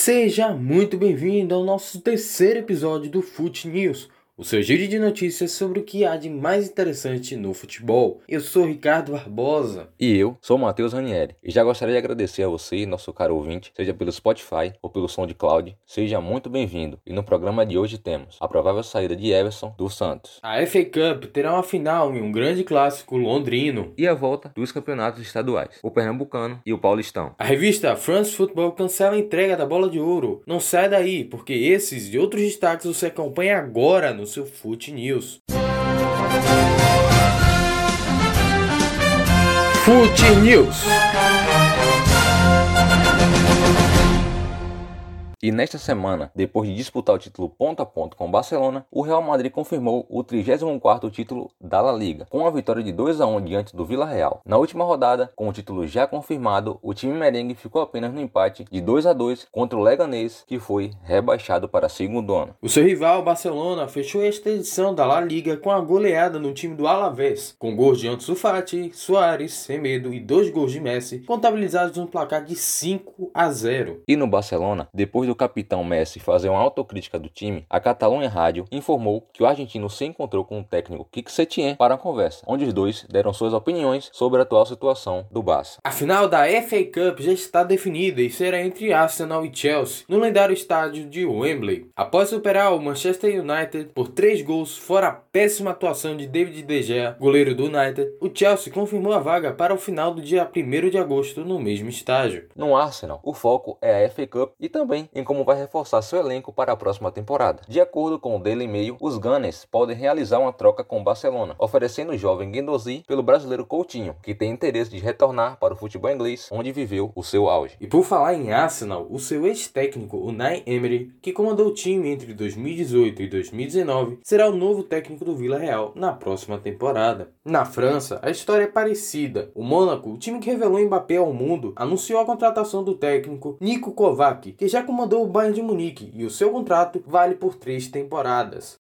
Seja muito bem-vindo ao nosso terceiro episódio do Fute News, o seu giro de notícias sobre o que há de mais interessante no futebol. Eu sou Ricardo Barbosa. E eu sou Matheus Ranieri. E já gostaria de agradecer a você, nosso caro ouvinte, seja pelo Spotify ou pelo SoundCloud. Seja muito bem-vindo. E no programa de hoje temos a provável saída de Everson do Santos, A FA Cup terá uma final em um grande clássico londrino, e a volta dos campeonatos estaduais, o Pernambucano e o Paulistão. a revista France Football cancela a entrega da Bola de Ouro. Não sai daí, porque esses e outros destaques você acompanha agora no seu Fute News. Fute News. E nesta semana, depois de disputar o título ponto a ponto com o Barcelona, o Real Madrid confirmou o 34º título da La Liga, com a vitória de 2-1 diante do Villarreal. Na última rodada, com o título já confirmado, o time merengue ficou apenas no empate de 2-2 contra o Leganés, que foi rebaixado para segundo ano. O seu rival, Barcelona, fechou esta edição da La Liga com a goleada no time do Alavés, com gols de Ansu Fati, Suárez, Semedo e 2 gols de Messi, contabilizados no placar de 5-0. E no Barcelona, depois do capitão Messi fazer uma autocrítica do time, a Catalunha Rádio informou que o argentino se encontrou com o técnico Quique Setién para a conversa, onde os dois deram suas opiniões sobre a atual situação do Barça. A final da FA Cup já está definida e será entre Arsenal e Chelsea, no lendário estádio de Wembley. Após superar o Manchester United por 3 gols, fora a péssima atuação de David De Gea, goleiro do United, o Chelsea confirmou a vaga para o final do dia 1º de agosto no mesmo estádio. No Arsenal, o foco é a FA Cup e também em como vai reforçar seu elenco para a próxima temporada. De acordo com o Daily Mail, os Gunners podem realizar uma troca com o Barcelona, oferecendo o jovem Guendouzi pelo brasileiro Coutinho, que tem interesse de retornar para o futebol inglês, onde viveu o seu auge. E por falar em Arsenal, o seu ex-técnico Unai Emery, que comandou o time entre 2018 e 2019, será o novo técnico do Villarreal na próxima temporada. Na França, a história é parecida. O Mônaco, o time que revelou Mbappé ao mundo, anunciou a contratação do técnico Niko Kovac, que já comandou o Bayern de Munique, e o seu contrato vale por 3 temporadas.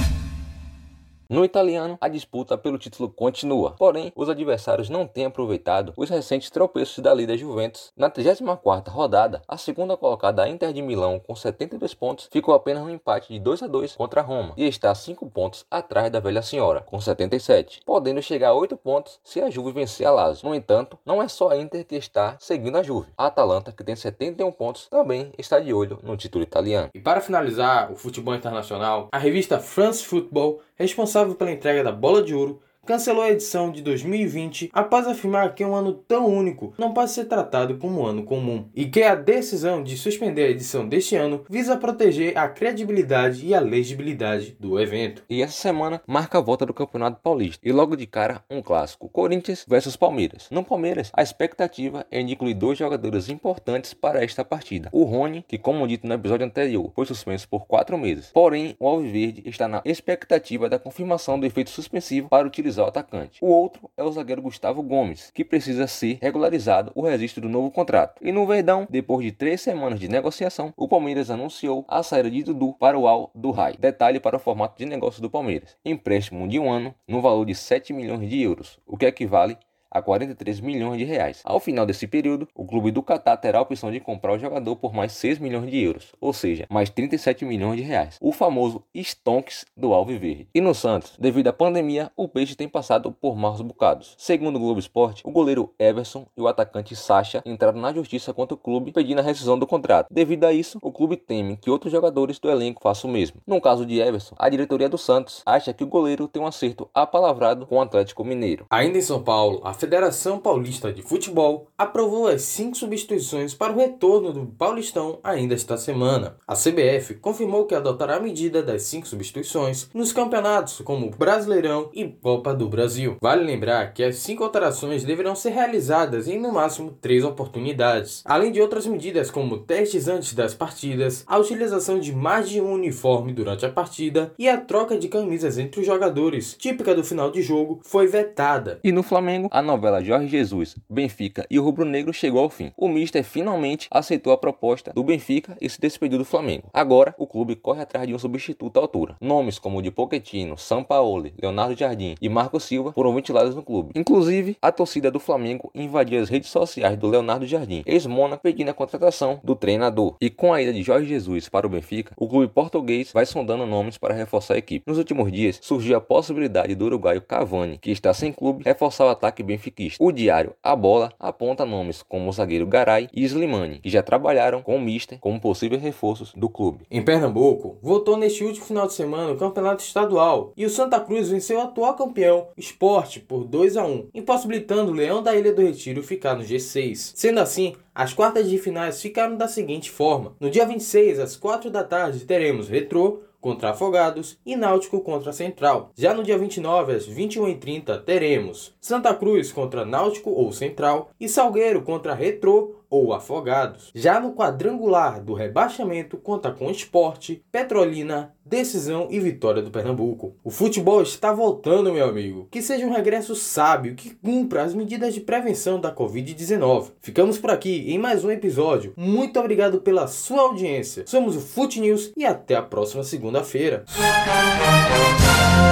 No italiano, a disputa pelo título continua, porém, os adversários não têm aproveitado os recentes tropeços da líder Juventus. Na 34ª rodada, a segunda colocada, a Inter de Milão, com 72 pontos, ficou apenas no empate de 2-2 contra a Roma e está a 5 pontos atrás da velha senhora, com 77, podendo chegar a 8 pontos se a Juve vencer a Lazio. No entanto, não é só a Inter que está seguindo a Juve. A Atalanta, que tem 71 pontos, também está de olho no título italiano. E para finalizar o futebol internacional, a revista France Football, responsável pela entrega da Bola de Ouro, cancelou a edição de 2020 após afirmar que um ano tão único não pode ser tratado como um ano comum e que a decisão de suspender a edição deste ano visa proteger a credibilidade e a legibilidade do evento. E essa semana marca a volta do Campeonato Paulista e logo de cara um clássico, Corinthians versus Palmeiras. No Palmeiras, a expectativa é de incluir 2 jogadores importantes para esta partida. O Rony, que como dito no episódio anterior, foi suspenso por 4 meses. Porém, o Alviverde está na expectativa da confirmação do efeito suspensivo para utilizar o atacante. O outro é o zagueiro Gustavo Gomes, que precisa ser regularizado o registro do novo contrato. E no Verdão, depois de 3 semanas de negociação, o Palmeiras anunciou a saída de Dudu para o Al Duhail. Detalhe para o formato de negócio do Palmeiras: empréstimo de 1 ano no valor de 7 milhões de euros, o que equivale a 43 milhões de reais. Ao final desse período, o clube do Catar terá a opção de comprar o jogador por mais 6 milhões de euros, ou seja, mais 37 milhões de reais. O famoso stonks do Alviverde. E no Santos, devido à pandemia, o Peixe tem passado por maus bocados. Segundo o Globo Esporte, o goleiro Everson e o atacante Sacha entraram na justiça contra o clube pedindo a rescisão do contrato. Devido a isso, o clube teme que outros jogadores do elenco façam o mesmo. No caso de Everson, a diretoria do Santos acha que o goleiro tem um acerto apalavrado com o Atlético Mineiro. Ainda em São Paulo, a Federação Paulista de Futebol aprovou as 5 substituições para o retorno do Paulistão ainda esta semana. A CBF confirmou que adotará a medida das 5 substituições nos campeonatos como Brasileirão e Copa do Brasil. Vale lembrar que as 5 alterações deverão ser realizadas em no máximo 3 oportunidades, além de outras medidas como testes antes das partidas, a utilização de mais de um uniforme durante a partida e a troca de camisas entre os jogadores, típica do final de jogo, foi vetada. E no Flamengo, a novela Jorge Jesus, Benfica e o Rubro Negro chegou ao fim. O Mister finalmente aceitou a proposta do Benfica e se despediu do Flamengo. Agora, o clube corre atrás de um substituto à altura. Nomes como o de Pochettino, Sampaoli, Leonardo Jardim e Marco Silva foram ventilados no clube. Inclusive, a torcida do Flamengo invadiu as redes sociais do Leonardo Jardim, ex-Mônaco, pedindo a contratação do treinador. E com a ida de Jorge Jesus para o Benfica, o clube português vai sondando nomes para reforçar a equipe. Nos últimos dias, surgiu a possibilidade do uruguaio Cavani, que está sem clube, reforçar o ataque benfiquista. O diário A Bola aponta nomes como o zagueiro Garay e Slimani, que já trabalharam com o Mister como possíveis reforços do clube. Em Pernambuco, voltou neste último final de semana o campeonato estadual e o Santa Cruz venceu o atual campeão, Sport, por 2-1, impossibilitando o Leão da Ilha do Retiro ficar no G6. Sendo assim, as quartas de finais ficaram da seguinte forma: no dia 26, às 4 da tarde, teremos Retrô contra Afogados e Náutico contra Central. Já no dia 29, às 21h30, teremos Santa Cruz contra Náutico ou Central e Salgueiro contra Retrô ou Afogados. Já no quadrangular do rebaixamento, conta com Sport, Petrolina, Decisão e Vitória do Pernambuco. O futebol está voltando, meu amigo. Que seja um regresso sábio, que cumpra as medidas de prevenção da Covid-19. Ficamos por aqui em mais um episódio. Muito obrigado pela sua audiência. Somos o Fute News e até a próxima segunda-feira.